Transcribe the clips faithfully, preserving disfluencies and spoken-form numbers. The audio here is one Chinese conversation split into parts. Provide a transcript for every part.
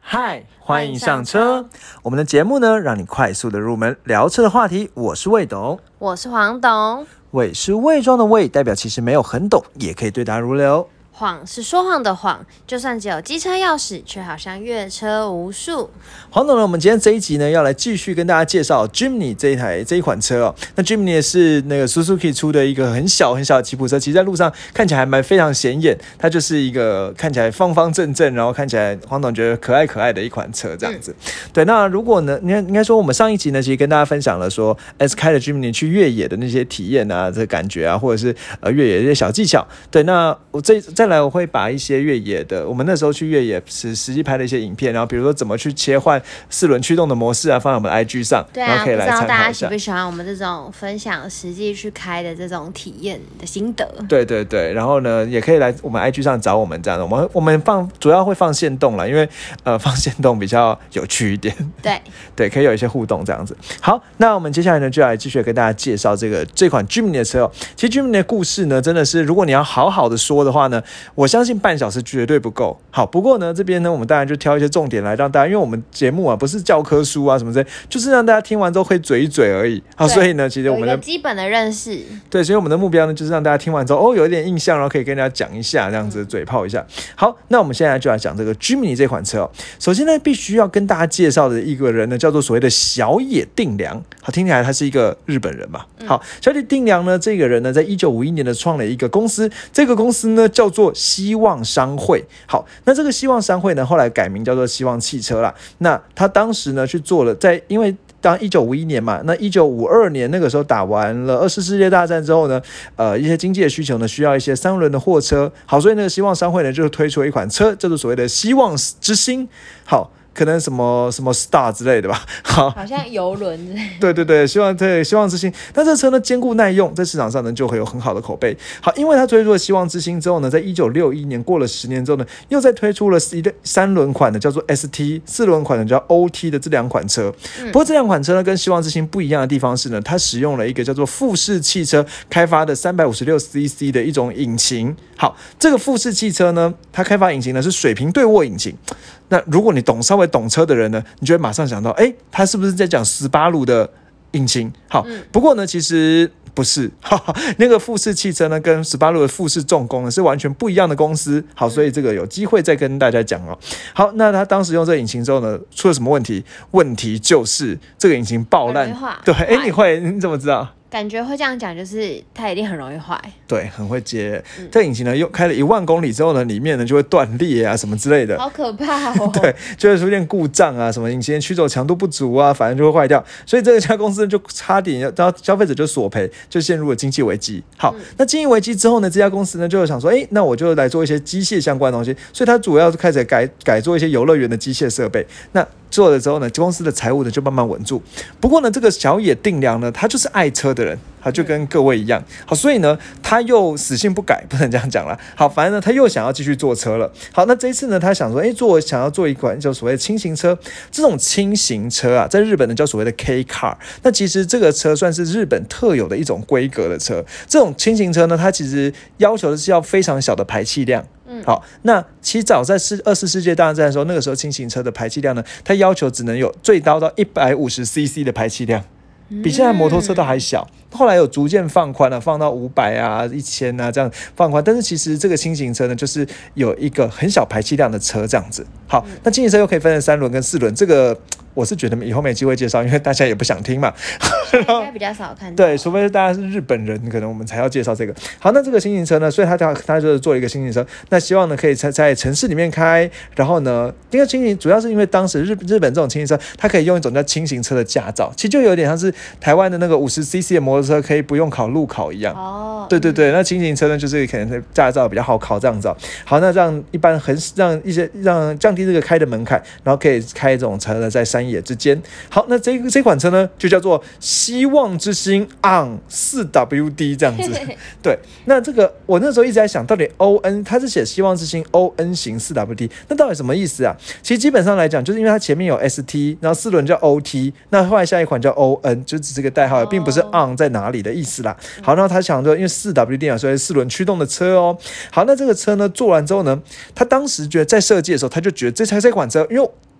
嗨，欢迎上车。我们的节目呢，让你快速的入门聊车的话题。我是魏董， 我是黄董。 魏是伪装的魏，代表其实没有很懂，也可以对答如流。 谎是说谎的谎，就算只有机车钥匙，却好像越车无数。 黄董呢，我们今天这一集呢，要来继续跟大家介绍 Jimny 这一台这一款车哦。那 Jimny 是那个 Suzuki 出的一个很小很小的吉普车，其实在路上看起来还蛮非常显眼，它就是一个看起来方方正正，然后看起来黄董觉得可爱可爱的一款车这样子。嗯、对，那如果呢，应该应该说我们上一集呢，其实跟大家分享了说 S 开的 Jimny 去越野的那些体验啊，这个感觉啊，或者是呃越野的一些小技巧。对，那我这再来我会把一些越野的，我们那时候去越野实实际拍的一些影片，然后比如说怎么去切换四轮驱动的模式啊，放在我们的 I G 上， 对啊， 然后可以来参考一下。 不知道大家喜不喜欢我们这种分享实际去开的这种体验的心得？ 对对对，然后呢，也可以来我们 I G 上找我们这样的，我们我们放主要会放限动啦，因为呃放限动比较有趣一点。 对对，可以有一些互动这样子。好，那我们接下来呢，就来继续跟大家介绍这个这款 Jimny 的车哦。其实 Jimny 的故事呢，真的是如果你要好好的说的话呢，我相信半小时绝对不够。好，不过呢，这边呢，我们当然就挑一些重点来让大家，因为我们节目啊不是教科书啊什么之类，就是让大家听完之后会嘴一嘴而已。好，所以呢，其实我们的基本的认识， 对，所以我们的目标呢，就是让大家听完之后哦有一点印象，然后可以跟大家讲一下，这样子嘴炮一下。好，那我们现在就来讲这个 Jimny 这款车哦。首先呢，必须要跟大家介绍的一个人呢，叫做所谓的小野定良。好，听起来他是一个日本人嘛。好，小野定良呢，这个人呢，在一九五一年呢创了一个公司，这个公司呢叫做希望商会。好，那这个希望商会呢，后来改名叫做希望汽车啦。那他当时呢去做了，在因为当一九五一年嘛，那一九五二年那个时候打完了二次世界大战之后呢，呃，一些经济的需求呢，需要一些三轮的货车。好，所以那个希望商会呢，就推出了一款车，叫做所谓的希望之星。好。可能什么什么 Star 之类的吧，好， 好像游轮之类的。 对对对，希望对希望之星。那这车呢，坚固耐用，在市场上呢就会有很好的口碑。好，因为它推出了希望之星之后呢，在一九六一年过了十年之后呢，又再推出了一个三轮款的叫做 S T， 四轮款的叫 O T 的这两款车。嗯、不过这两款车呢，跟希望之星不一样的地方是呢，它使用了一个叫做富士汽车开发的三百五十六 C C 的一种引擎。好，这个富士汽车呢，它开发引擎呢是水平对卧引擎。那如果你懂稍微懂车的人呢，你就会马上想到，哎，他是不是在讲十八路的引擎？好，嗯、不过呢，其实不是，哈哈，那个富士汽车呢，跟十八路的富士重工呢是完全不一样的公司。好，所以这个有机会再跟大家讲哦。好，那他当时用这个引擎之后呢，出了什么问题？问题就是这个引擎爆烂。对，哎，你会你怎么知道？ 感觉会这样讲，就是它一定很容易坏。 对，很会接。嗯、这个引擎呢，又开了一万公里之后呢，里面呢就会断裂啊，什么之类的， 好可怕哦。 对，就会出现故障啊，什么引擎的驱走强度不足啊，反正就会坏掉。所以这家公司就差点要，到消费者就索赔，就陷入了经济危机。好，嗯、那经济危机之后呢，这家公司呢就想说，哎，那我就来做一些机械相关的东西，所以它主要开始改改做一些游乐园的机械设备。那做了之后呢，公司的财务呢就慢慢稳住。不过呢，这个小野定良呢，他就是爱车的人，他就跟各位一样。好，所以呢，他又死性不改，不能这样讲啦。好，反正呢，他又想要继续做车了。好，那这一次呢，他想说，哎，做想要做一款叫所谓的轻型车。这种轻型车啊，在日本呢叫所谓的 K car。那其实这个车算是日本特有的一种规格的车。这种轻型车呢，它其实要求的是要非常小的排气量。好，那其实早在二次世界大战的时候，那个时候轻型车的排气量呢，它要求只能有最高到一百五十 C C 的排气量，比现在摩托车都还小。后来有逐渐放宽了，放到五百啊、一千啊这样放宽。但是其实这个轻型车呢，就是有一个很小排气量的车这样子。好，那轻型车又可以分成三轮跟四轮，这个我是觉得以后没机会介绍，因为大家也不想听嘛。 应该比较少看到。 对，除非大家是日本人，可能我们才要介绍这个。好，那这个轻型车呢，所以他他就是做一个轻型车，那希望呢可以在在城市里面开，然后呢，因为轻型主要是因为当时日日本这种轻型车，它可以用一种叫轻型车的驾照，其实就有点像是台湾的那个五十 C C 的摩托车可以不用考路考一样。哦，对对对，那轻型车呢就是可能驾照比较好考这样子。好，那这样一般很让一些让降低这个开的门槛，然后可以开这种车呢在山野之间。好，那这这款车呢就叫做希望之星 on 四 W D 这样子。对，那这个我那时候一直在想，到底 O N 它是写希望之星 O N 型 四 W D， 那到底什么意思啊？其实基本上来讲，就是因为它前面有 S T， 然后四轮叫 O T， 那后来下一款叫 O N， 就只是个代号，并不是 on 在哪里的意思啦。好，然后他想说，因为四 W D 啊，所以四轮驱动的车哦。好，那这个车呢做完之后呢，他当时觉得在设计的时候，他就觉得这台这款车，因为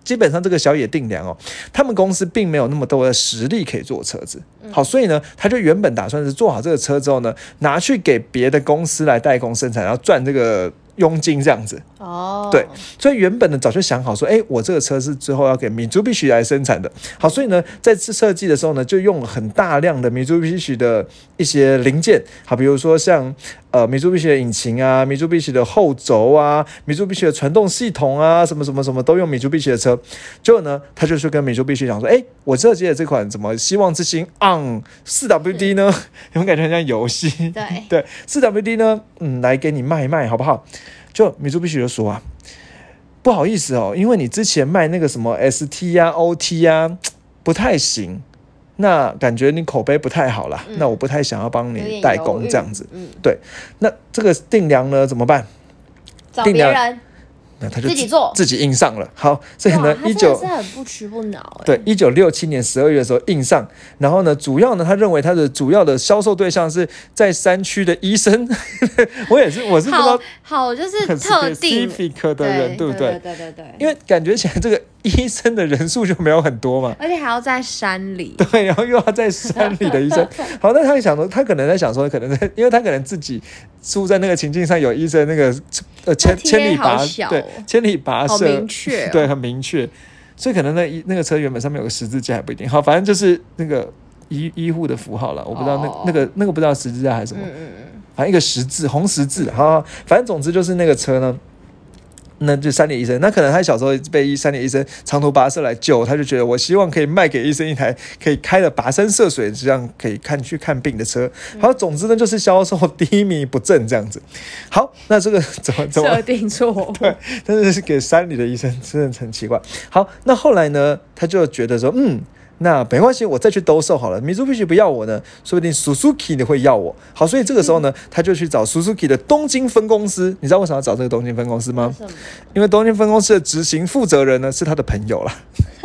基本上这个小野定良哦，他们公司并没有那么多的实力可以做车子，好，所以呢，他就原本打算是做好这个车之后呢，拿去给别的公司来代工生产，然后赚这个佣金这样子。 哦， 对，所以原本呢早就想好说，哎，我这个车是之后要给 Mitsubishi 来生产的。好，所以呢，在设计的时候呢，就用了很大量的 Mitsubishi 的一些零件，好，比如说像呃 Mitsubishi 的引擎啊 ，Mitsubishi 的后轴啊 ，Mitsubishi 的传动系统啊，什么什么什么都用 Mitsubishi 的车。结果呢，他就去跟 Mitsubishi 讲说，哎，我设计的这款什么希望之星 on 四 W D 呢，有没有感觉很像游戏？ 对对，四 W D 呢，嗯，来给你卖一卖好不好？就 Mitsubishi 就说啊，不好意思哦，因为你之前卖那个什么 S T 啊 O T 啊不太行，那感觉你口碑不太好啦，嗯、那我不太想要帮你代工这样子。嗯，对，那这个定良呢怎么办？ 找别人。 那他就自己做， 自己印上了。好，所以呢，一九是很不屈不挠。 对，一九六七年十二月的时候印上，然后呢，主要呢，他认为他的主要的销售对象是在山区的医生。我也是，我是不知道， 好，好就是特定 specific 的人，对不对？ 对对对对。 因为感觉起来这个医生的人数就没有很多嘛， 而且还要在山里。 对，然后又要在山里的医生。好，那他想说，他可能在想说，可能在，因为他可能自己住在那个情境上，有医生那个呃千千里跋对。千里跋涉， 好明确、哦， 对，很明确，所以可能那那个车原本上面有个十字架还不一定。好，反正就是那个医医护的符号了，我不知道那、哦、那个那个不知道十字架还是什么，嗯嗯嗯，反正一个十字，红十字。好，反正总之就是那个车呢。那就山里医生，那可能他小时候被山里医生长途跋涉来救，他就觉得我希望可以卖给医生一台可以开了跋山涉水这样可以看去看病的车。好，总之呢就是销售低迷不振这样子。好，那这个怎么怎么设定错误？ 对，但是给山里的医生真的很奇怪。好，那后来呢，他就觉得说，嗯。那没关系，我再去兜售好了。Mitsubishi 不要我呢，说不定 Suzuki 你会要我。好，所以这个时候呢，他就去找 Suzuki 的东京分公司。你知道为什么要找这个东京分公司吗？ 为什么？ 因为东京分公司的执行负责人呢是他的朋友啦。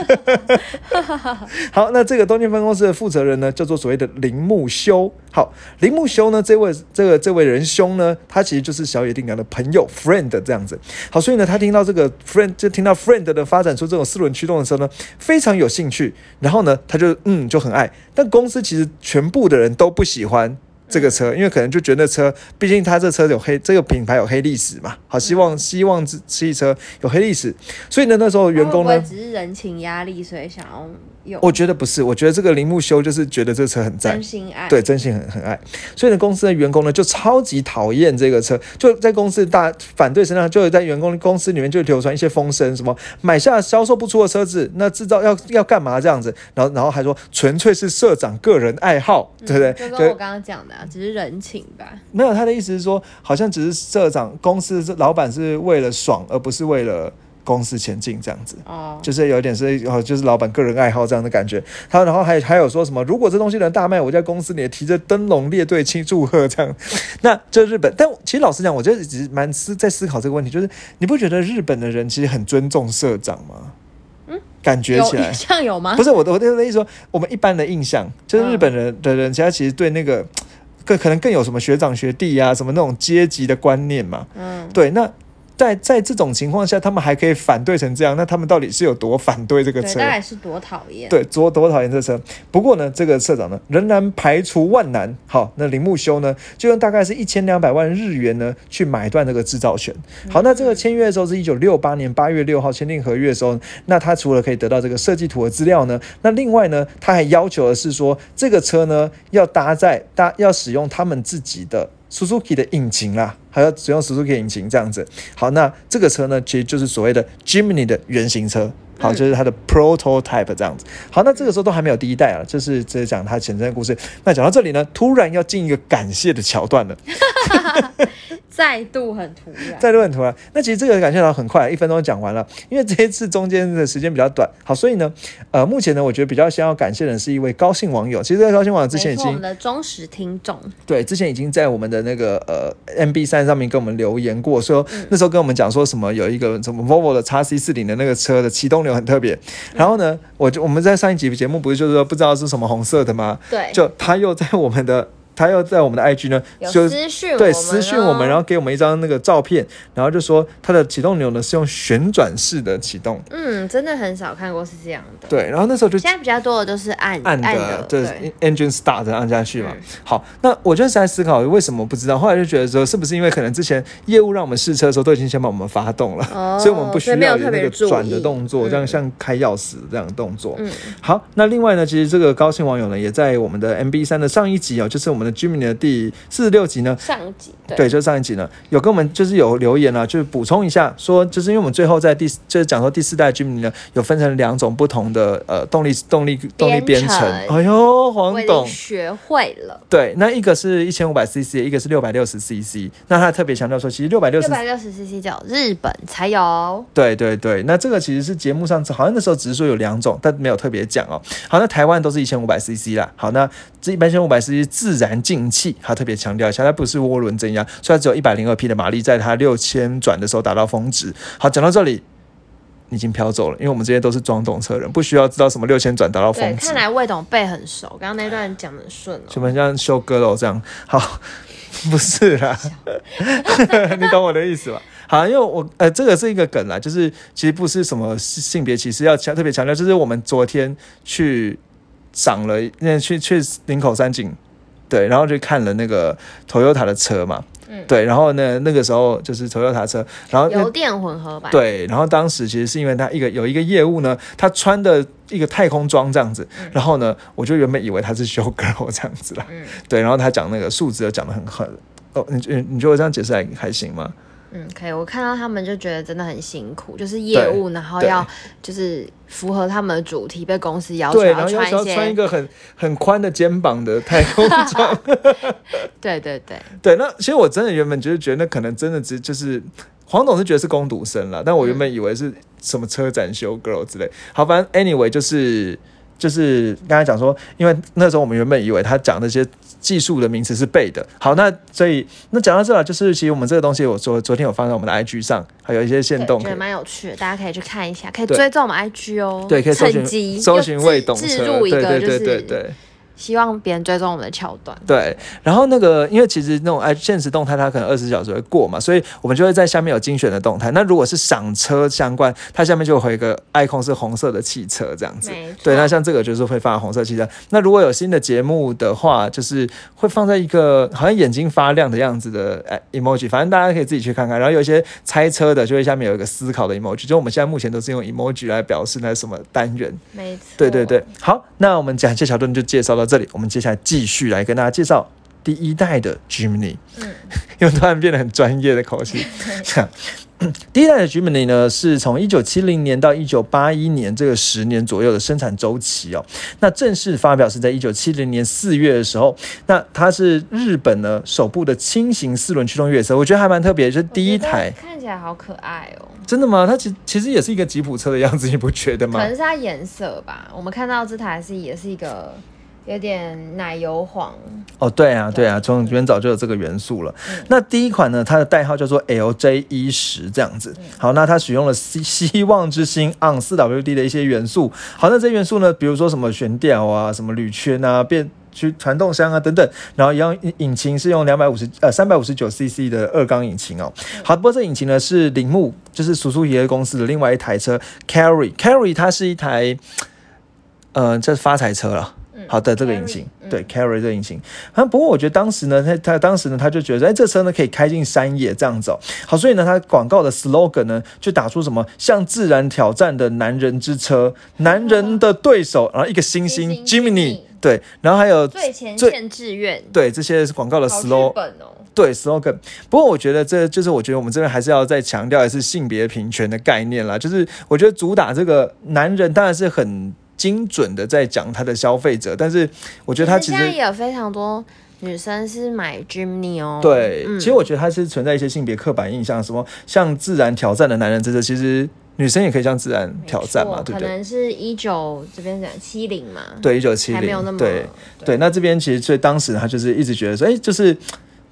好，那这个东京分公司的负责人呢，叫做所谓的铃木修。好，铃木修呢，这位这个这位仁兄呢，他其实就是小野定良的朋友 friend 这样子。好，所以呢，他听到这个 friend 就听到 friend 的发展出这种四轮驱动的时候呢，非常有兴趣。然后呢，他就嗯就很爱，但公司其实全部的人都不喜欢这个车，因为可能就觉得那车，毕竟他这车有黑，这个品牌有黑历史嘛。好，希望希望汽车有黑历史，所以呢，那时候员工呢， 会不会只是人情压力，所以想要用？ 我觉得不是，我觉得这个铃木修就是觉得这车很赞， 真心爱， 对，真心很很爱。所以呢，公司的员工呢就超级讨厌这个车，就在公司大反对声浪，就在员工公司里面就流传一些风声，什么买下销售不出的车子，那制造要要干嘛这样子，然后然后还说纯粹是社长个人爱好，嗯、对不对？ 就跟我刚刚讲的、啊，只是人情吧。 没有，他的意思是说，好像只是社长公司老板是为了爽，而不是为了公司前进这样子，哦，就是有点是哦，就是老板个人爱好这样的感觉。他然后还还有说什么，如果这东西能大卖，我在公司里也提着灯笼列队庆祝贺这样。那这日本，但其实老实讲，我觉得只是蛮思在思考这个问题，就是你不觉得日本的人其实很尊重社长吗？嗯，感觉起来像有吗？ 不是我的我的意思说，我们一般的印象就是日本人的人，他其实对那个更可能更有什么学长学弟啊，什么那种阶级的观念嘛。嗯，对，那。在在这种情况下，他们还可以反对成这样，那他们到底是有多反对这个车？ 对，大概是多讨厌？ 对，多多讨厌这车。不过呢，这个社长呢，仍然排除万难。好，那铃木修呢，就用大概是一千两百万日元呢，去买断这个制造权。好，那这个签约的时候是一九六八年八月六号签订合约的时候，那他除了可以得到这个设计图的资料呢，那另外呢，他还要求的是说，这个车呢要搭载搭要使用他们自己的。Suzuki 的引擎啦，还要使用 Suzuki 的引擎这样子。好，那这个车呢，其实就是所谓的 Jimny 的原型车。好，就是它的 prototype 这样子。好，那这个时候都还没有第一代啊，就是这讲它前身的故事。那讲到这里呢，突然要进一个感谢的桥段了。 再度很突然， 再度很突然。那其实这个感谢桥很快，一分钟讲完了，因为这一次中间的时间比较短。好，所以呢，呃，目前呢，我觉得比较想要感谢的是一位高姓网友。其实，这个高姓网友之前已经我们的忠实听众， 对，之前已经在我们的那个呃 M B 三 上面跟我们留言过，说、嗯、那时候跟我们讲说什么有一个什么 Volvo 的 X C 四十 的那个车的启动流很特别。然后呢，我就我们在上一集节目不是就是说不知道是什么红色的吗？ 对， 就他又在我们的他又在我们的 I G 呢， 有就私讯我们、哦、 对私讯我们，然后给我们一张那个照片，然后就说它的启动钮呢是用旋转式的启动。 嗯，真的很少看过是这样的。 对，然后那时候就现在比较多的都是按按的， 按的就是 engine start 按下去嘛。 嗯、 好，那我就在思考为什么不知道，后来就觉得说是不是因为可能之前业务让我们试车的时候都已经先把我们发动了， 哦、 所以我们不需要有那个转转的动作，这样像开钥匙这样的动作。 嗯， 好，那另外呢，其实这个高兴网友呢也在我们的 M B 三 的上一集哦，就是我们的 Jimny 的第四十六集呢， 上一集 对, 对，就是上一集呢有跟我们就是有留言啊，就是补充一下说，就是因为我们最后在第就是讲说第四代 Jimny 呢有分成两种不同的呃动力动力动力编程。哎呦，黄董学会了。 对，那一个是一千五百 C C， 一个是六百六十 C C。那他特别强调说，其实六百六十 C C 只有日本才有。 对对对，那这个其实是节目上好像那时候只是说有两种，但没有特别讲哦。好，那台湾都是一千五百 C C 啦。好，那这一般一千五百 C C 自然进气，他特别强调一下，它不是涡轮增压，所以它只有一百零二匹的马力，在它六千转的时候达到峰值。好，讲到这里。已经飘走了，因为我们这些都是装懂车人，不需要知道什么六千转达到峰值。 对，看来魏董背很熟，刚刚那段讲得很顺哦。 什么像修歌楼这样？好，不是啦，你懂我的意思吧？好，因为我呃，这个是一个梗啦，就是其实不是什么性别歧视，要强特别强调，就是我们昨天去赏了，那去去林口山景，对，然后就看了那个 Toyota 的车嘛。嗯、对，然后呢，那个时候就是 Toyota 车，然后油电混合版。 对，然后当时其实是因为他一个有一个业务呢，他穿的一个太空装这样子，嗯、然后呢，我就原本以为他是 show girl 这样子啦，嗯、对，然后他讲那个数字讲得很狠，哦，你你觉得我这样解释还还行吗？ 嗯，可以。我看到他们就觉得真的很辛苦，就是业务，然后要就是符合他们的主题，被公司要求要穿一些， 然后要穿一个很很宽的肩膀的太空装。 对对对对，那其实我真的原本就是觉得那可能真的只就是黄董是觉得是工读生啦，但我原本以为是什么车展修 girl 之类。好，反正 anyway 就是就是刚才讲说，因为那时候我们原本以为他讲那些技术的名词是背的。好，那所以那讲到这了，就是其实我们这个东西我昨昨天有放在我们的 I G 上，还有一些限动， 觉得蛮有趣的，大家可以去看一下，可以追踪我们 I G 哦。 对，可以搜寻搜寻魏董车， 入一个就是对对对对对。 希望别人追踪我们的桥段。 对，然后那个因为其实那种现实动态它可能二十四小时会过嘛，所以我们就会在下面有精选的动态。那如果是赏车相关，它下面就会有一个 icon 是红色的汽车这样子。对，那像这个就是会放红色汽车。那如果有新的节目的话，就是会放在一个好像眼睛发亮的样子的 emoji， 反正大家可以自己去看看。然后有一些猜车的，就会下面有一个思考的 emoji， 就我们现在目前都是用 emoji 来表示那是什么单元。 没错。 对对对，好，那我们讲这桥段就介绍到这里，我们接下来继续来跟大家介绍第一代的 Jimny， 嗯，因为突然变得很专业的口气。第一代的 Jimny 呢，是从一九七零年到一九八一年这个十年左右的生产周期哦。那正式发表是在一九七零年四月的时候。那它是日本呢首部的轻型四轮驱动越野车，我觉得还蛮特别，就是第一台。 看起来好可爱哦。 真的吗？它其其实也是一个吉普车的样子，你不觉得吗？ 可能是它颜色吧。我们看到这台是也是一个有点奶油黄哦，对啊，对啊，从原早就有这个元素了。嗯、那第一款呢，它的代号叫做 L J 一十这样子。好，那它使用了希希望之星 on 四 W D 的一些元素。好，那这些元素呢，比如说什么悬吊啊、什么铝圈啊、变去传动箱啊等等，然后一样引擎是用两百五十呃三百五十九 C C 的二缸引擎哦。好，不过这引擎呢是铃木，就是叔叔爷爷公司的另外一台车 Carry Carry， 它是一台呃这是发财车了。好的，这个引擎，嗯、对 ，Carry 这个引擎。啊，不过我觉得当时呢，他他当时呢，他就觉得，哎，这车呢可以开进山野这样子哦。好，所以呢，他广告的 slogan 呢就打出什么向自然挑战的男人之车，男人的对手，然后一个星星 Jimny， 对，然后还有最前线志愿， 对，这些广告的 slogan。对 slogan， 不过我觉得这就是我觉得我们这边还是要再强调的是性别平权的概念啦，就是我觉得主打这个男人当然是很精准的在讲他的消费者，但是我觉得他其实现在也有非常多女生是买 Jimny 哦。 对、嗯，其实我觉得他是存在一些性别刻板印象，什么像自然挑战的男人，这其实女生也可以像自然挑战嘛，对不对？ 可能是一九这边讲七零嘛， 对，一九七零， 还没有那么对 对, 对。那这边其实所以当时他就是一直觉得说，哎，就是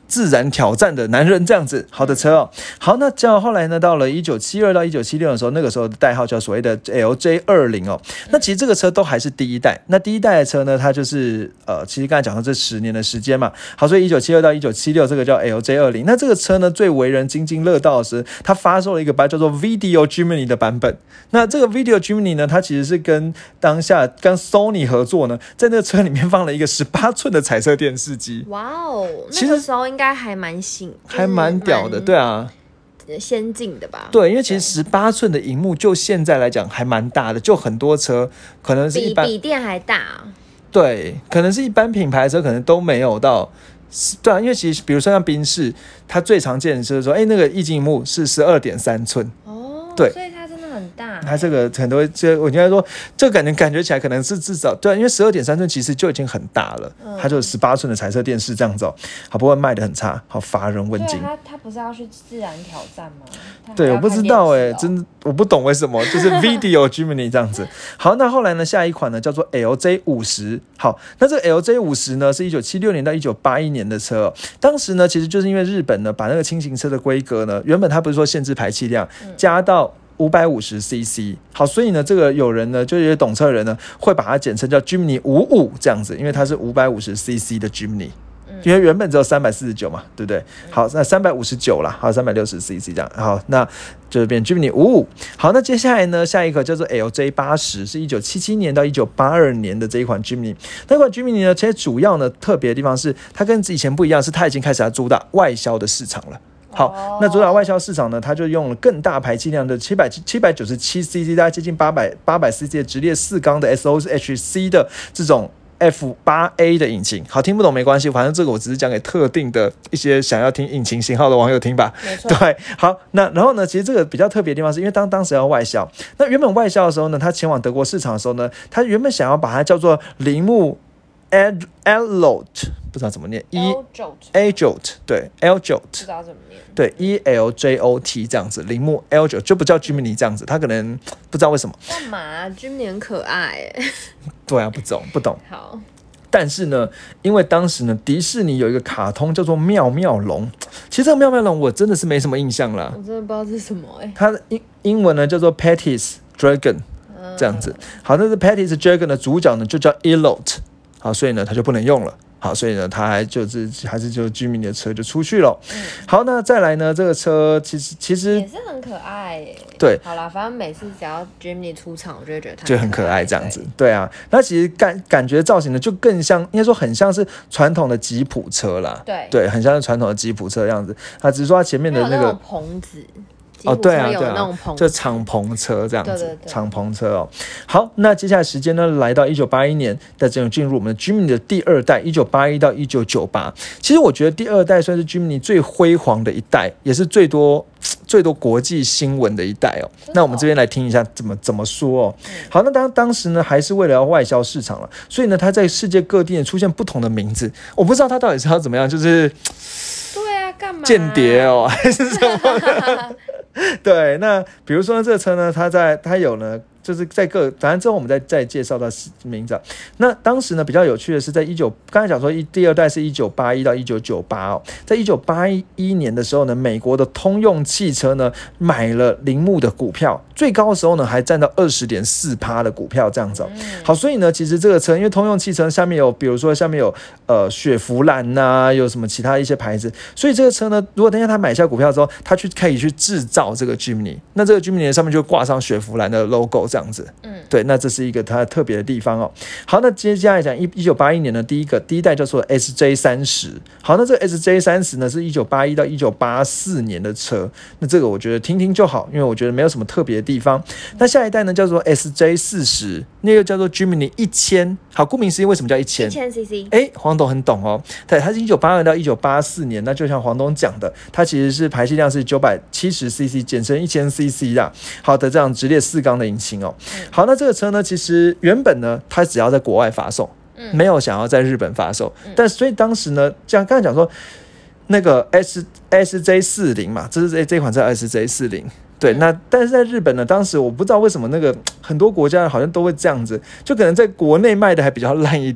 自然挑战的男人这样子，好的车哦。好，那叫后来呢，到了一九七二到一九七六的时候，那个时候的代号叫所谓的 L J 二十 哦。那其实这个车都还是第一代，那第一代的车呢，它就是呃，其实刚才讲到这十年的时间嘛。好，所以一九七二到一九七六这个叫 L J 二十。那这个车呢，最为人津津乐道的是，它发售了一个版叫做 Video Jimny 的版本。那这个 Video Jimny 呢，它其实是跟当下跟 Sony 合作呢，在那个车里面放了一个十八寸的彩色电视机。 哇哦，那个时候应该还蛮新， 还蛮屌的，对啊， 先进的吧？ 对，因为其实十八寸的荧幕，就现在来讲还蛮大的，就很多车可能是一般比笔电还大。 对，可能是一般品牌的车，可能都没有到。对啊，因为其实比如说像宾士，它最常见的就是说，哎，那个液晶荧幕是十二点三寸。 哦， 对， 所以它真的很大。 它这个很多，这我应该说，这个感觉感觉起来可能是至少对、啊，因为十二点三寸其实就已经很大了，嗯、它就十八寸的彩色电视这样子哦，好，不过卖的很差，好乏人问津。 它它不是要去自然挑战吗？ 对，我不知道哎、 哦， 真我不懂为什么，就是 Video Jimny 这样子。好，那后来呢，下一款呢叫做 L J 五十。好，那这个 L J 五十呢是一九七六年到一九八一年的车、哦，当时呢其实就是因为日本呢把那个轻型车的规格呢，原本它不是说限制排气量，加到五百五十 C C， 好，所以呢，这个有人呢，就有些懂车的人呢，会把它简称叫 Jimny 五十五这样子，因为它是五百五十 C C 的 Jimny，、嗯、因为原本只有三百四十九嘛，对不对？好，那三百五十九啦，好，三百六十 C C 这样，好，那就变 Jimny 五十五。好，那接下来呢，下一个叫做 L J 八十，是一九七七年到一九八二年的这一款 Jimny。那款 Jimny 呢，其实主要呢特别的地方是，它跟以前不一样，是它已经开始要主打外销的市场了。好，那主打外销市场呢，它就用了更大排气量的七百七百九十七 C C， 大概接近八百八百 C C 的直列四缸的 S O H C 的这种 F 八 A 的引擎。好，听不懂没关系，反正这个我只是讲给特定的一些想要听引擎型号的网友听吧。 没错。 对，好，那然后呢，其实这个比较特别的地方是因为当当时要外销，那原本外销的时候呢，它前往德国市场的时候呢，它原本想要把它叫做铃木 Elot， 不知道怎么念 ，Elot， 对 ，Elot， 不知道怎么念，对 ，E L J O T 这样子，铃木 Elot 就不叫 Jimny 这样子，他可能不知道为什么。 干嘛、啊、？Jimny 很可爱哎。 对啊，不懂不懂。 好。 但是呢，因为当时呢，迪士尼有一个卡通叫做妙妙龙，其实这个妙妙龙我真的是没什么印象啦， 我真的不知道这是什么哎、欸。 它的英英文呢叫做 Patty's Dragon，、嗯、这样子。好，那是 Patty's Dragon 的主角呢就叫 Elot。好，所以呢，它就不能用了。好，所以呢，它还就是还是就Jimny的车就出去了。嗯、好，那再来呢，这个车其实其实也是很可爱耶。 对， 好啦，反正每次只要Jimny出场，我就会觉得它就很可爱这样子。对, 对啊，那其实感感觉造型呢，就更像，应该说很像是传统的吉普车啦。 对对，很像是传统的吉普车的样子。它只是说它前面的那个棚子。 哦，对啊， 对啊，就敞篷车这样子， 对对对， 敞篷车哦。好，那接下来时间呢，来到一九八一年，在这种进入我们的 Jimny 的第二代，一九八一到一九九八。其实我觉得第二代算是 Jimny 最辉煌的一代，也是最多最多国际新闻的一代哦。那我们这边来听一下怎么怎么说哦。好，那当当时呢，还是为了要外销市场了，所以呢，它在世界各地出现不同的名字，我不知道它到底是要怎么样，就是。 对啊，干嘛？ 间谍哦，还是什么？对，那比如说这个车呢，它在它有呢，就是在各，反正之后我们再再介绍到名字。那当时呢比较有趣的是，在一九刚才讲说一第二代是一九八一到一九九八哦，在一九八一年的时候呢，美国的通用汽车呢买了铃木的股票，最高的时候呢还占到二十点四趴的股票这样子、哦。好，所以呢，其实这个车因为通用汽车下面有，比如说下面有呃雪佛兰呐、啊，有什么其他一些牌子，所以这个车呢，如果等一下他买下股票之后，他去可以去制造这个 Jimny， 那这个 Jimny 上面就挂上雪佛兰的 logo 这样子。嗯，对，那这是一个它特别的地方哦。好，那接下来讲一九八一年的第一个第一代叫做 S J 三十。好，那这个 S J 三十呢是一九八一到一九八四年的车，那这个我觉得听听就好，因为我觉得没有什么特别的地方。那下一代呢叫做 S J 四十，那个叫做 Jimny 一千。好，顾名思义，为什么叫一千？ 一千 C C。 哎，黄董很懂哦。对，它是一九八二到一九八四年，那就像黄董讲的，它其实是排气量是九百七十 C C， 简称一千 C C 啦。好的，这样直列四缸的引擎哦。嗯、好，那这个车呢，其实原本呢，它只要在国外发售，嗯、没有想要在日本发售，嗯、但所以当时呢，像刚才讲说，那个 S S J 四十嘛，这是这这款车 S J 四十。对，那但是在日本呢，当时我不知道为什么那个很多国家好像都会这样子，就可能在国内卖的还比较烂一点，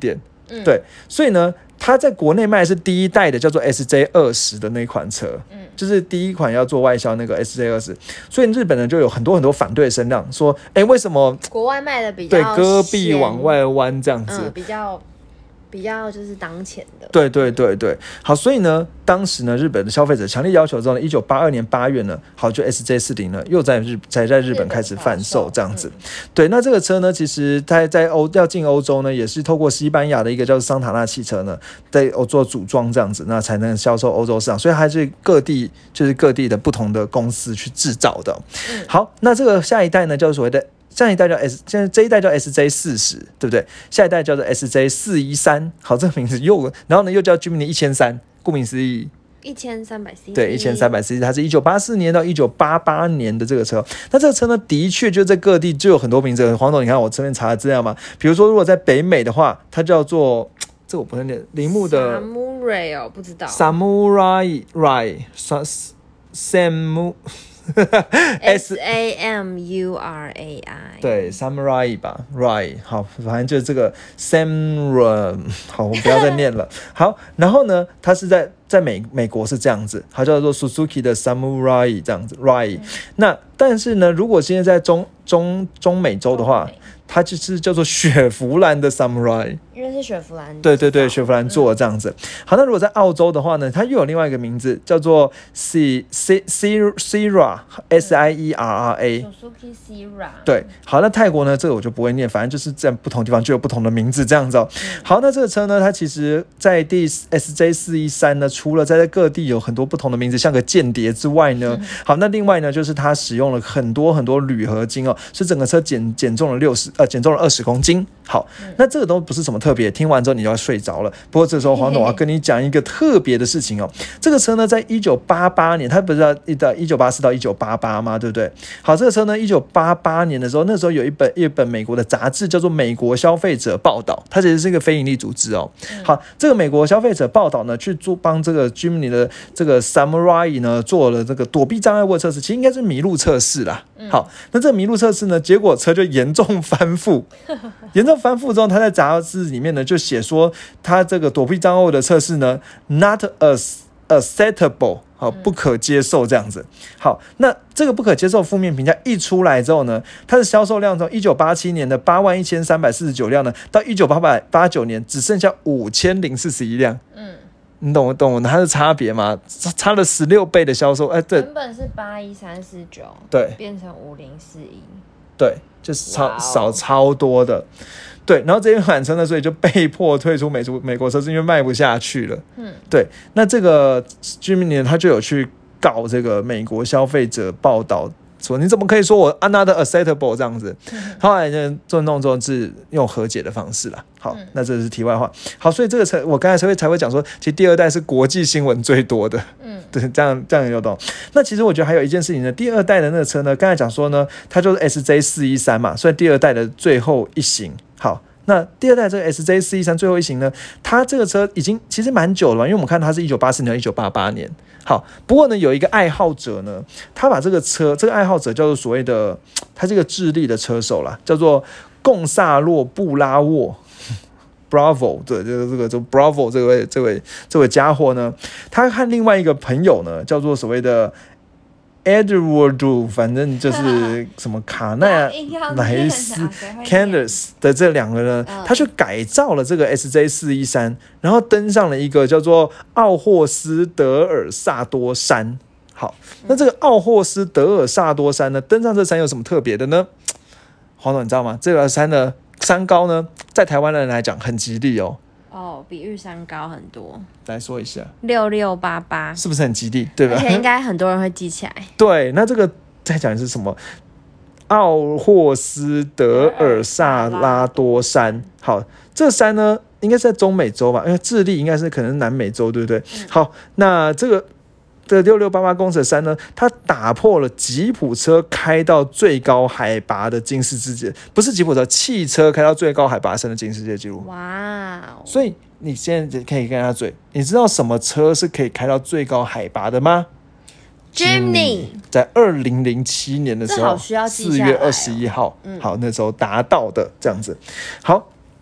嗯，对，所以呢，它在国内卖的是第一代的叫做 S J 二十的那款车，嗯，就是第一款要做外销那个 S J 二十，所以日本人就有很多很多反对的声浪，说，哎，为什么国外卖的比较对戈壁往外弯这样子， 嗯，比较。比较就是当前的， 对对对对，好，所以呢，当时呢，日本的消费者强烈要求之后呢，一九八二年八月呢，好，就 S J 四十 呢，又在日才在日本开始贩售这样子。嗯、对，那这个车呢，其实在在欧要进欧洲呢，也是透过西班牙的一个叫做桑塔纳汽车呢，在欧洲组装这样子，那才能销售欧洲市场。所以还是各地就是各地的不同的公司去制造的。嗯、好，那这个下一代呢，叫所谓的。上一代叫 S， 现在这一代叫 S J 四十，对不对？下一代叫做 S J 四十三，好，这个名字又，然后呢又叫 Jimny 一千三，顾名思义， 一千三百 C， 对，一千三百 C， 它是一九八四年到一九八八年的这个车。那这个车呢，的确就在各地就有很多名字。黄总，你看我这边查的资料嘛，比如说如果在北美的话，它叫做这我不能念，铃木的 Samurai 哦，不知道 Samurai Rai Samu。 S A M U R A I 对 Samurai 吧 Rai 好，反正就是这个 Samurai 好，我不要再念了。好，然后呢，它是在在美美国是这样子，它叫做 Suzuki 的 Samurai 这样子 Rai、嗯、那但是呢，如果现在在中中中美洲的话，它就是叫做雪佛兰的 Samurai， 因为是雪佛兰， 对对对，雪佛兰做的这样子。嗯、好，那如果在澳洲的话呢，它又有另外一个名字叫做 C C Sierra S I E R R A。Suzuki Sierra。 对，好，那泰国呢，这个我就不会念，反正就是在不同地方就有不同的名字这样子哦。嗯、好，那这个车呢，它其实在第 S J 四十三呢，除了在各地有很多不同的名字，像个间谍之外呢，嗯、好，那另外呢，就是它使用了很多很多铝合金哦，是整个车减减重了六十。呃，减重了二十公斤。好，嗯、那这个都不是什么特别，听完之后你就要睡着了。不过这时候黄董我要跟你讲一个特别的事情哦。这个车呢，在一九八八年，它不是到一九八四到一九八八吗？对不对？好，这个车呢，一九八八年的时候，那时候有一本一本美国的杂志叫做《美国消费者报道》，它其实是一个非营利组织哦。嗯、好，这个美国消费者报道呢，去做帮这个 Jimny 的这个 Samurai 呢做了这个躲避障碍物的测试，其实应该是麋鹿测试啦。嗯、好，那这个麋鹿测试呢，结果车就严重翻覆。严重翻覆之后，他在杂志里面呢就写说，他这个躲避障碍物的测试呢 ，not as acceptable， 好，不可接受这样子。好，那这个不可接受负面评价一出来之后呢，它的销售量从一九八七年的八万一千三百四十九辆呢，到一九八九年只剩下五千零四十一辆。嗯。你懂我懂我它的差别吗？差了十六倍的销售，哎，对， 原本是八一三四九， 对， 变成五零四一， 对，就是超、wow. 少超多的，对，然后这一款车呢，所以就被迫退出美国美国车是因为卖不下去了，嗯，对，那这个居民呢，他就有去告这个美国消费者报道。说你怎么可以说我 another acceptable 这样子？后来呢，做弄之后是用和解的方式啦。好，嗯、那这是题外话。好，所以这个车我刚才才会才会讲说，其实第二代是国际新闻最多的。嗯，对，这样这样有懂。那其实我觉得还有一件事情呢，第二代的那个车呢，刚才讲说呢，它就是 S J 四十三嘛，所以第二代的最后一型。好。那第二代这个 S J 四十三最后一型呢，它这个车已经其实蛮久了嘛，因为我们看它是一九八四年、一九八八年。好，不过呢，有一个爱好者呢，他把这个车，这个爱好者叫做所谓的，他是一个智利的车手啦，叫做贡萨洛布拉沃 ，Bravo， 对，这个这个这 Bravo 这位这位这位家伙呢，他和另外一个朋友呢，叫做所谓的。Edward， 反正就是什么卡奈莱斯 Candace 的这两个人，他去改造了这个 S J 四十三，然后登上了一个叫做奥霍斯德尔萨多山。好，那这个奥霍斯德尔萨多山呢，登上这山有什么特别的呢？黄总，你知道吗？这个山的山高呢，在台湾人来讲很吉利哦。 哦，比玉山高很多。 来说一下， 六六八八， 是不是很吉利？对吧？ 而且应该很多人会记起来。 对，那这个再讲的是什么？奥霍斯德尔萨拉多山。好，这山呢，应该是在中美洲吧？因为智利应该是可能是南美洲，对不对？嗯、好，那这个。这六六八八公尺的山呢，它打破了吉普车开到最高海拔的金世世界，不是吉普车，汽车开到最高海拔山的金世界纪录。哇、哦！所以你现在可以跟他嘴，你知道什么车是可以开到最高海拔的吗 ？Jimny 在二零零七年的时候，四月二十一号，嗯、好，那时候达到的这样子。好。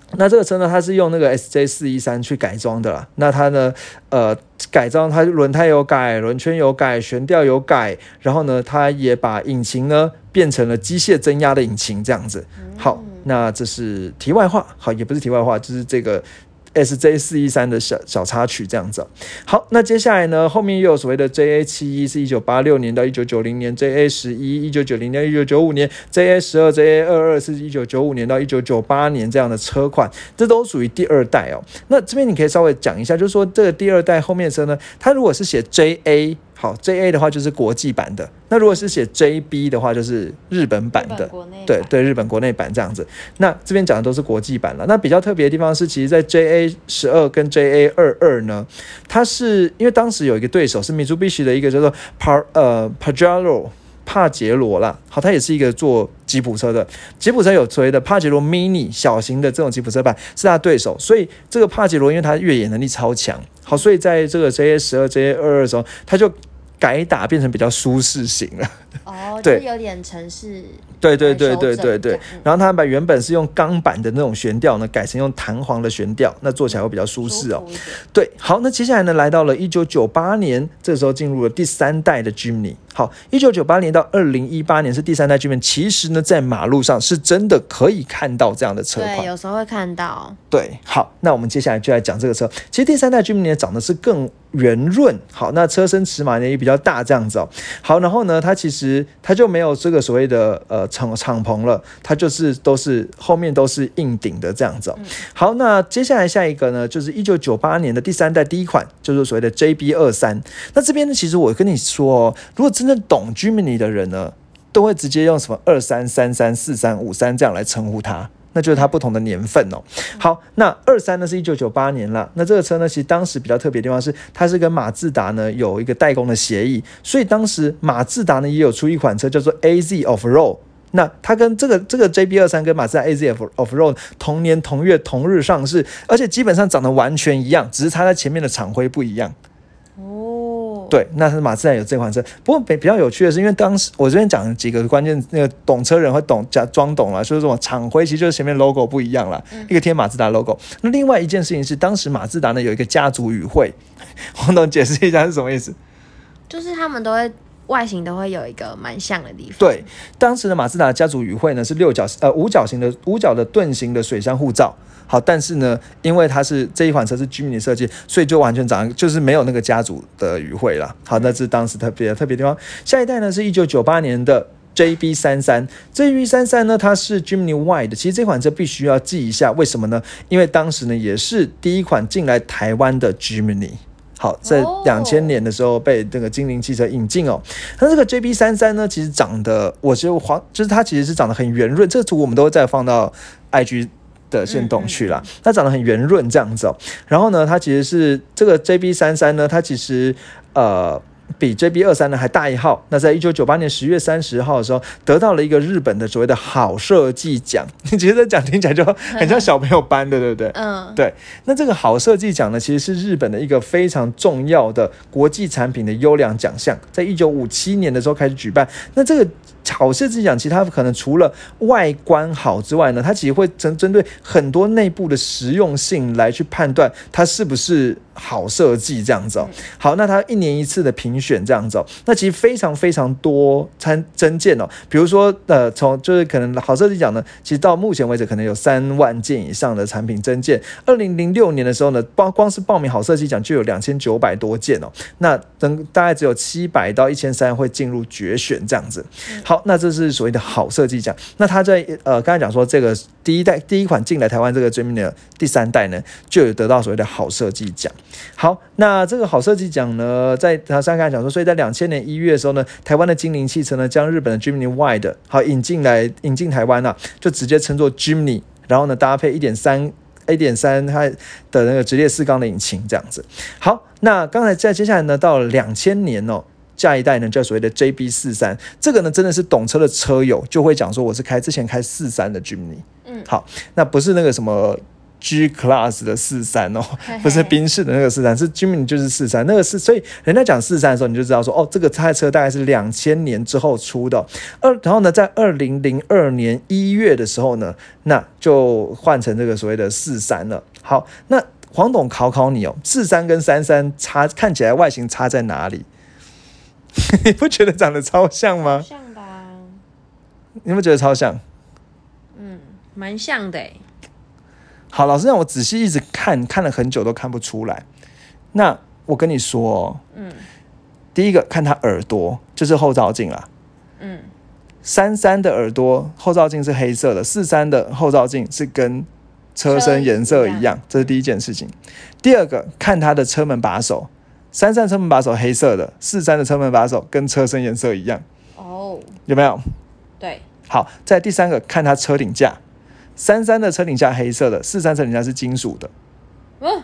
那这个车呢，它是用那个 S J 四一三去改装的啦。那它呢，呃，改装它轮胎有改，轮圈有改，悬吊有改，然后呢，它也把引擎呢变成了机械增压的引擎这样子。好，那这是题外话，好，也不是题外话，就是这个S J 四一三的小小插曲这样子。好，那接下来呢，后面又有所谓的 J A 七一是一九八六年到一九九零年 ，J A 十一一九九零年到一九九五年 ，J A 十二 J A 二二是一九九五年到一九九八年这样的车款，这都属于第二代哦。那这边你可以稍微讲一下，就是说这个第二代后面的车呢，它如果是写 J A。好 ，J A 的话就是国际版的，那如果是写 J B 的话，就是日本版的，对对，日本国内版这样子。那这边讲的都是国际版了。那比较特别的地方是，其实，在 J A 十二跟 J A 二二呢，它是因为当时有一个对手是 Mitsubishi 的一个叫做 Par 呃 Pajero。帕杰罗啦，好，它也是一个做吉普车的，吉普车有所谓的帕杰罗 mini 小型的这种吉普车版是它的对手，所以这个帕杰罗因为它越野能力超强，好，所以在这个 J A 十二 J A 二二的时候，它就改打变成比较舒适型了。 哦，就是有点城市。 对对对对对对，然后他把原本是用钢板的那种悬吊呢，改成用弹簧的悬吊，那坐起来会比较舒适哦。对，好，那接下来呢，来到了一九九八年，这时候进入了第三代的 Jimny。好，一九九八年到二零一八年是第三代 Jimny，其实呢，在马路上是真的可以看到这样的车款， 对，有时候会看到。 对，好，那我们接下来就来讲这个车。其实第三代 Jimny 呢，长得是更圆润，好，那车身尺码呢也比较大，这样子哦。好，然后呢，它其实它就没有这个所谓的呃敞敞篷了，它就是都是后面都是硬顶的这样子哦。嗯、好，那接下来下一个呢，就是一九九八年的第三代第一款，就是所谓的 J B 二三。那这边呢，其实我跟你说哦，如果真正懂 Jimny 的人呢，都会直接用什么二三、三三、四三、五三这样来称呼它。那就是它不同的年份哦。好，那二三呢是一九九八年啦。那这个车呢，其实当时比较特别的地方是，它是跟马自达呢有一个代工的协议，所以当时马自达呢也有出一款车叫做 A Z Off-Road。那它跟这个这个 J B 二三跟马自达 A Z Off-Road 同年同月同日上市，而且基本上长得完全一样，只是它在前面的厂徽不一样。对，那是马自达有这款车。不过比较有趣的是，因为当时我这边讲几个关键，那个懂车人会懂，假装懂了，就是什么厂徽其实就是前面 logo 不一样啦，嗯、一个贴马自达 logo。那另外一件事情是，当时马自达呢有一个家族语汇，黄董解释一下是什么意思？ 就是他们都会外形都会有一个蛮像的地方。 对，当时的马自达家族语汇呢是六角呃五角形的五角的盾形的水箱护罩。好，但是呢，因为它是这一款车是 Jimny 设计，所以就完全长就是没有那个家族的语汇啦。好，那是当时特别特别地方。下一代呢是一九九八年的 J B 三三 ，J B 三三呢它是 Jimny Y 的。其实这款车必须要记一下，为什么呢？因为当时呢也是第一款进来台湾的 Jimny。好，在两千年的时候被这个精灵汽车引进哦。那这个 J B 三三呢，其实长得，我觉得黄，就是它其实是长得很圆润。这个图我们都会再放到 I G 的限动去啦。它长得很圆润这样子哦。然后呢，它其实是这个 J B 三三呢，它其实呃。比 J B 二三 呢还大一号，那在一九九八年十月三十号的时候，得到了一个日本的所谓的好设计奖。你觉得这奖听起来就很像小朋友颁的，对不对？嗯，对。那这个好设计奖呢，其实是日本的一个非常重要的国际产品的优良奖项，在一九五七年的时候开始举办。那这个好设计奖，其实它可能除了外观好之外呢，它其实会针针对很多内部的实用性来去判断它是不是好设计这样子哦。好，那它一年一次的评选这样子哦，那其实非常非常多参征件哦，比如说呃，从就是可能好设计奖呢，其实到目前为止可能有三万件以上的产品征件。二零零六年的时候呢，光光是报名好设计奖就有两千九百多件哦，那等大概只有七百到一千三会进入决选这样子。好，那这是所谓的好设计奖。那他在呃刚才讲说这个第一代第一款进来台湾这个 Jimny 的第三代呢，就有得到所谓的好设计奖。好，那这个好设计奖呢，在他刚才讲说，所以在两千年一月的时候呢，台湾的精灵汽车呢，将日本的 Jimny Y 的好引进来引进台湾啊，就直接称作 Jimny， 然后呢搭配一点三。一点三 它的那个直列四缸的引擎这样子。好，那刚才在接下来呢，到了两千年哦，下一代呢叫所谓的 J B 四三，这个呢真的是懂车的车友就会讲说，我是开之前开四三的 Jimny。嗯，好，那不是那个什么 G Class 的四三哦，不是宾士的那个四三，是 Jimny 就是四三，那个是，所以人家讲四三的时候，你就知道说，哦，这个台车大概是两千年之后出的，二，然后呢，在二零零二年一月的时候呢，那就换成这个所谓的四三了。好，那黄董考考你哦，四三跟三三差看起来外形差在哪里？你不觉得长得超像吗？ 像吧？ 你有没有觉得超像？ 嗯，蛮像的哎。 好，老实讲，我仔细一直看看了很久都看不出来。那我跟你说、哦，嗯，第一个看它耳朵就是后照镜啦，嗯，三三的耳朵后照镜是黑色的，四三的后照镜是跟车身颜色一样，这是第一件事情。第二个看它的车门把手，三三车门把手黑色的，四三的车门把手跟车身颜色一样，哦，有没有？ 对。 好，再第三个看它车顶架。三三的车顶架黑色的，四三车顶架是金属的，嗯，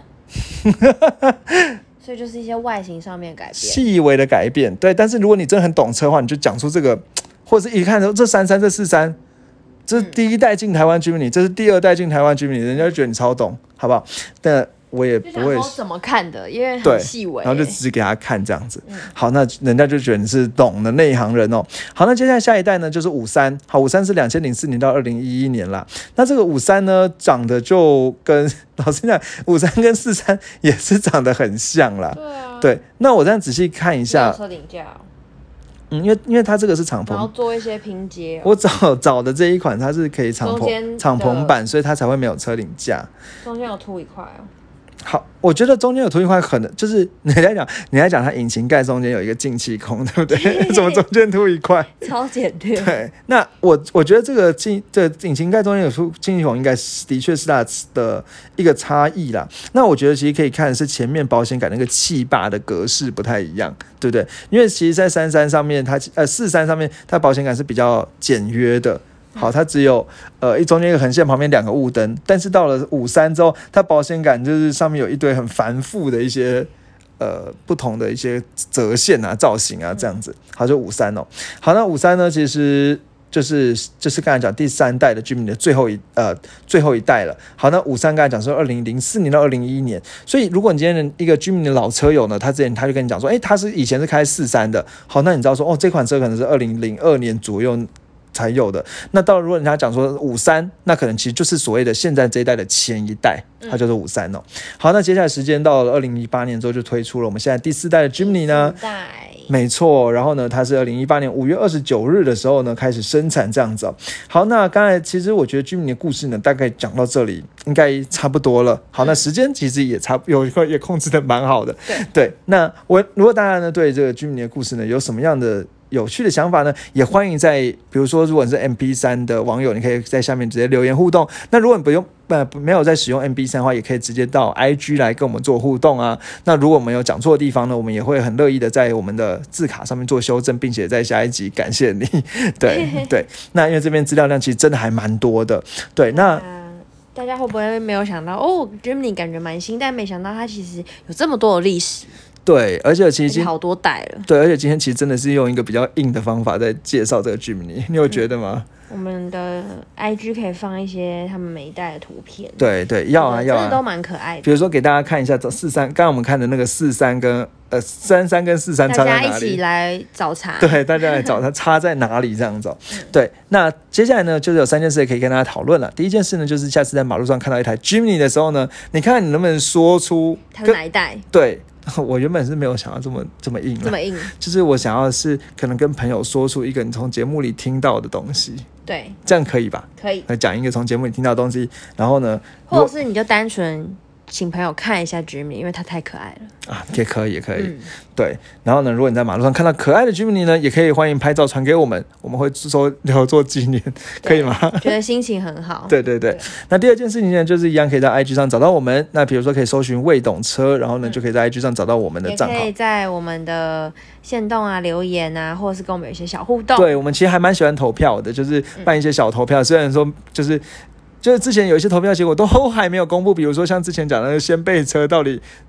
所以就是一些外形上面改变， 细微的改变，对。但是如果你真的很懂车的话，你就讲出这个，或者是一看说这三三这四三，这是第一代进台湾 Jimny， 这是第二代进台湾 Jimny， 人家就觉得你超懂，好不好？但我也不会怎么看的，因为很细微， 然后就只给他看这样子。嗯、好，那人家就觉得你是懂的内行人哦。好，那接下来下一代呢，就是五三。好，五三是两千零四年到二零一一年啦。那这个五三呢，长得就跟老实讲，五三跟四三也是长得很像啦。对啊。对，那我这样仔细看一下， 车顶架。 嗯，因为因为它这个是敞篷， 然后做一些拼接、哦。 我找找的这一款它是可以敞篷敞篷版，所以它才会没有车顶架。 中间有凸一块哦。 好，我觉得中间有凸一块，可能就是你来讲，你来讲它引擎盖中间有一个进气孔，对不对？怎么中间凸一块？ 超简略。 对，那我我觉得这个进这引擎盖中间有凸进气孔，应该是的确是它的一个差异啦。那我觉得其实可以看的是前面保险杆那个气坝的格式不太一样，对不对？因为其实，在三三上面，它呃四三上面，它保险杆是比较简约的。好，它只有呃一中间一个横线，旁边两个雾灯，但是到了五三之后，它保险杆就是上面有一堆很繁复的一些呃不同的一些折线啊、造型啊这样子。好，就五三哦。好，那五三呢，其实就是就是刚才讲第三代的 Jimny 的最后一呃最后一代了。好，那五三刚才讲说二零零四年到二零一一年，所以如果你今天的一个 Jimny 的老车友呢，他之前他就跟你讲说，哎，他是以前是开四三的。好，那你知道说哦，这款车可能是二零零二年左右才有的。那到如果人家讲说五三，那可能其实就是所谓的现在这一代的前一代，它就是五三哦。好，那接下来时间到了二零一八年之后就推出了我们现在第四代的 Jimny 呢，没错。然后呢，它是二零一八年五月二十九日的时候呢开始生产这样子哦。好，那刚才其实我觉得 Jimny 的故事呢大概讲到这里应该差不多了。好，那时间其实也差有也控制的蛮好的。对对，那我如果大家呢对这个 Jimny 的故事呢有什么样的有趣的想法呢，也欢迎在比如说如果你是 M P 三 的网友，你可以在下面直接留言互动。那如果你不用呃没有在使用 M P 三 的话，也可以直接到 I G 来跟我们做互动啊。那如果我们有讲错的地方呢，我们也会很乐意的在我们的字卡上面做修正，并且在下一集感谢你。对对，那因为这边资料量其实真的还蛮多的。对，那大家会不会没有想到哦 Jimny 感觉蛮新，但没想到它其实有这么多的历史。 对，而且其实好多代了。 对，而且今天其实真的是用一个比较硬的方法在介绍这个 Jimny， 你有觉得吗？ 嗯，我们的 I G 可以放一些他们每一代的图片。 对对，要啊要啊， 真的都蛮可爱的。 比如说给大家看一下这四三，刚刚我们看的那个四三跟呃三三跟四三差在哪里？ 大家一起来找茬。 对，大家来找它差在哪里这样子、哦嗯。对，那接下来呢，就是有三件事可以跟大家讨论了。第一件事呢，就是下次在马路上看到一台 Jimny 的时候呢，你看看你能不能说出它是哪一代？ 对。我原本是没有想要这么这么硬， 这么硬， 就是我想要的是可能跟朋友说出一个你从节目里听到的东西， 对， 这样可以吧？ 可以， 讲一个从节目里听到的东西，然后呢， 或者是你就单纯请朋友看一下 Jimny， 因为它太可爱了啊，也可以，也可以、嗯，对。然后呢，如果你在马路上看到可爱的 Jimny 呢，也可以欢迎拍照传给我们，我们会收留作纪念，可以吗？ 觉得心情很好。 对对 对, 对。那第二件事情呢，就是一样可以在 I G 上找到我们。那比如说可以搜寻未懂车，然后呢、嗯、就可以在 I G 上找到我们的账号， 也可以在我们的限动啊留言啊，或者是跟我们有一些小互动。 对，我们其实还蛮喜欢投票的，就是办一些小投票，嗯、虽然说就是。就是之前有一些投票结果都还没有公布，比如说像之前讲的掀背车到底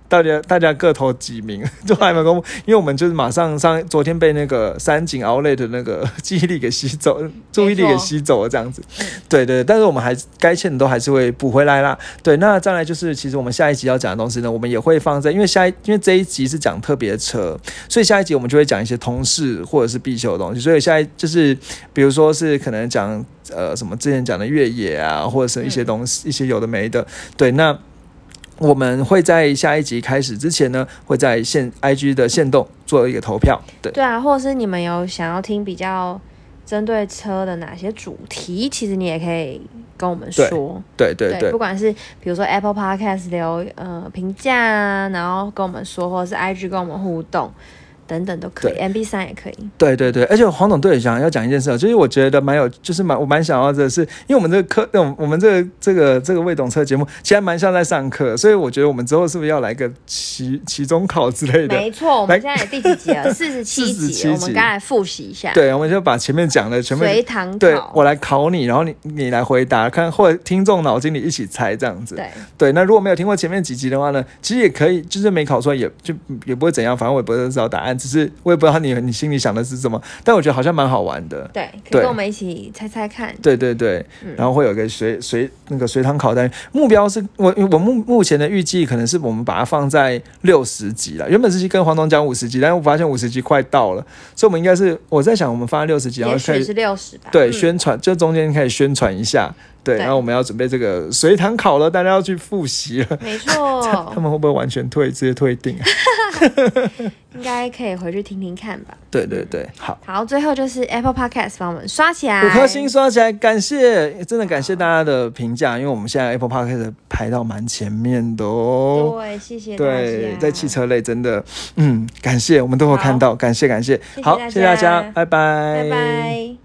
大家大家各投几名，就还没公布，因为我们就是马上上昨天被那个三井 Outlet 的那个记忆力给吸走，注意力给吸走了这样子。对对，但是我们还该欠的都还是会补回来啦。对，那再来就是其实我们下一集要讲的东西呢，我们也会放在，因为下一因为这一集是讲特别车，所以下一集我们就会讲一些通识或者是必修的东西，所以下一就是比如说是可能讲呃什么之前讲的越野啊，或者是一些东西、嗯、一些有的没的。对，那我们会在下一集开始之前呢，会在线 I G 的限动做一个投票。对对啊，或者是你们有想要听比较针对车的哪些主题，其实你也可以跟我们说。 对对 对, 对， 不管是比如说 Apple Podcast 留呃评价啊，然后跟我们说，或者是 I G 跟我们互动。等等都可以 ，M P 三 也可以。 对对对，而且黄董对想要讲一件事，就是我觉得蛮有，就是蛮我蛮想要的是，因为我们这个课，我们这个这个这个未懂车节目，其实蛮像在上课，所以我觉得我们之后是不是要来个期期中考之类的？ 没错，我们现在第几集了？四十七集，我们刚才复习一下。 对，我们就把前面讲的全部随堂考， 对我来考你，然后你你来回答，看或者听众脑筋里一起猜这样子。 对对，那如果没有听过前面几集的话呢，其实也可以，就是没考出来也就也不会怎样，反正我也不会知道答案，只是我也不知道。你你心里想的是什么？但我觉得好像蛮好玩的。 对，可以跟我们一起猜猜看。 对对对，嗯、然后会有一个随随那个随堂考单，目标是我我目目前的预计可能是我们把它放在六十集了。原本是跟黄董讲五十集，但是我发现五十集快到了，所以我们应该是我在想我们放在六十集，然后也许是六十吧。 对， 嗯、 宣传就中间可以宣传一下。对，然后我们要准备这个随堂考了，大家要去复习了。 没错， 他们会不会完全退，直接退订啊？ 应该可以回去听听看吧。 对对对，好。 好，最后就是 Apple Podcast 帮我们刷起来， 五颗星刷起来，感谢，真的感谢大家的评价，因为我们现在 Apple Podcast 排到蛮前面的哦。 对，谢谢大家。 对，在汽车类真的，嗯，感谢，我们都会看到，感谢感谢。好，谢谢大家，拜拜， 拜拜。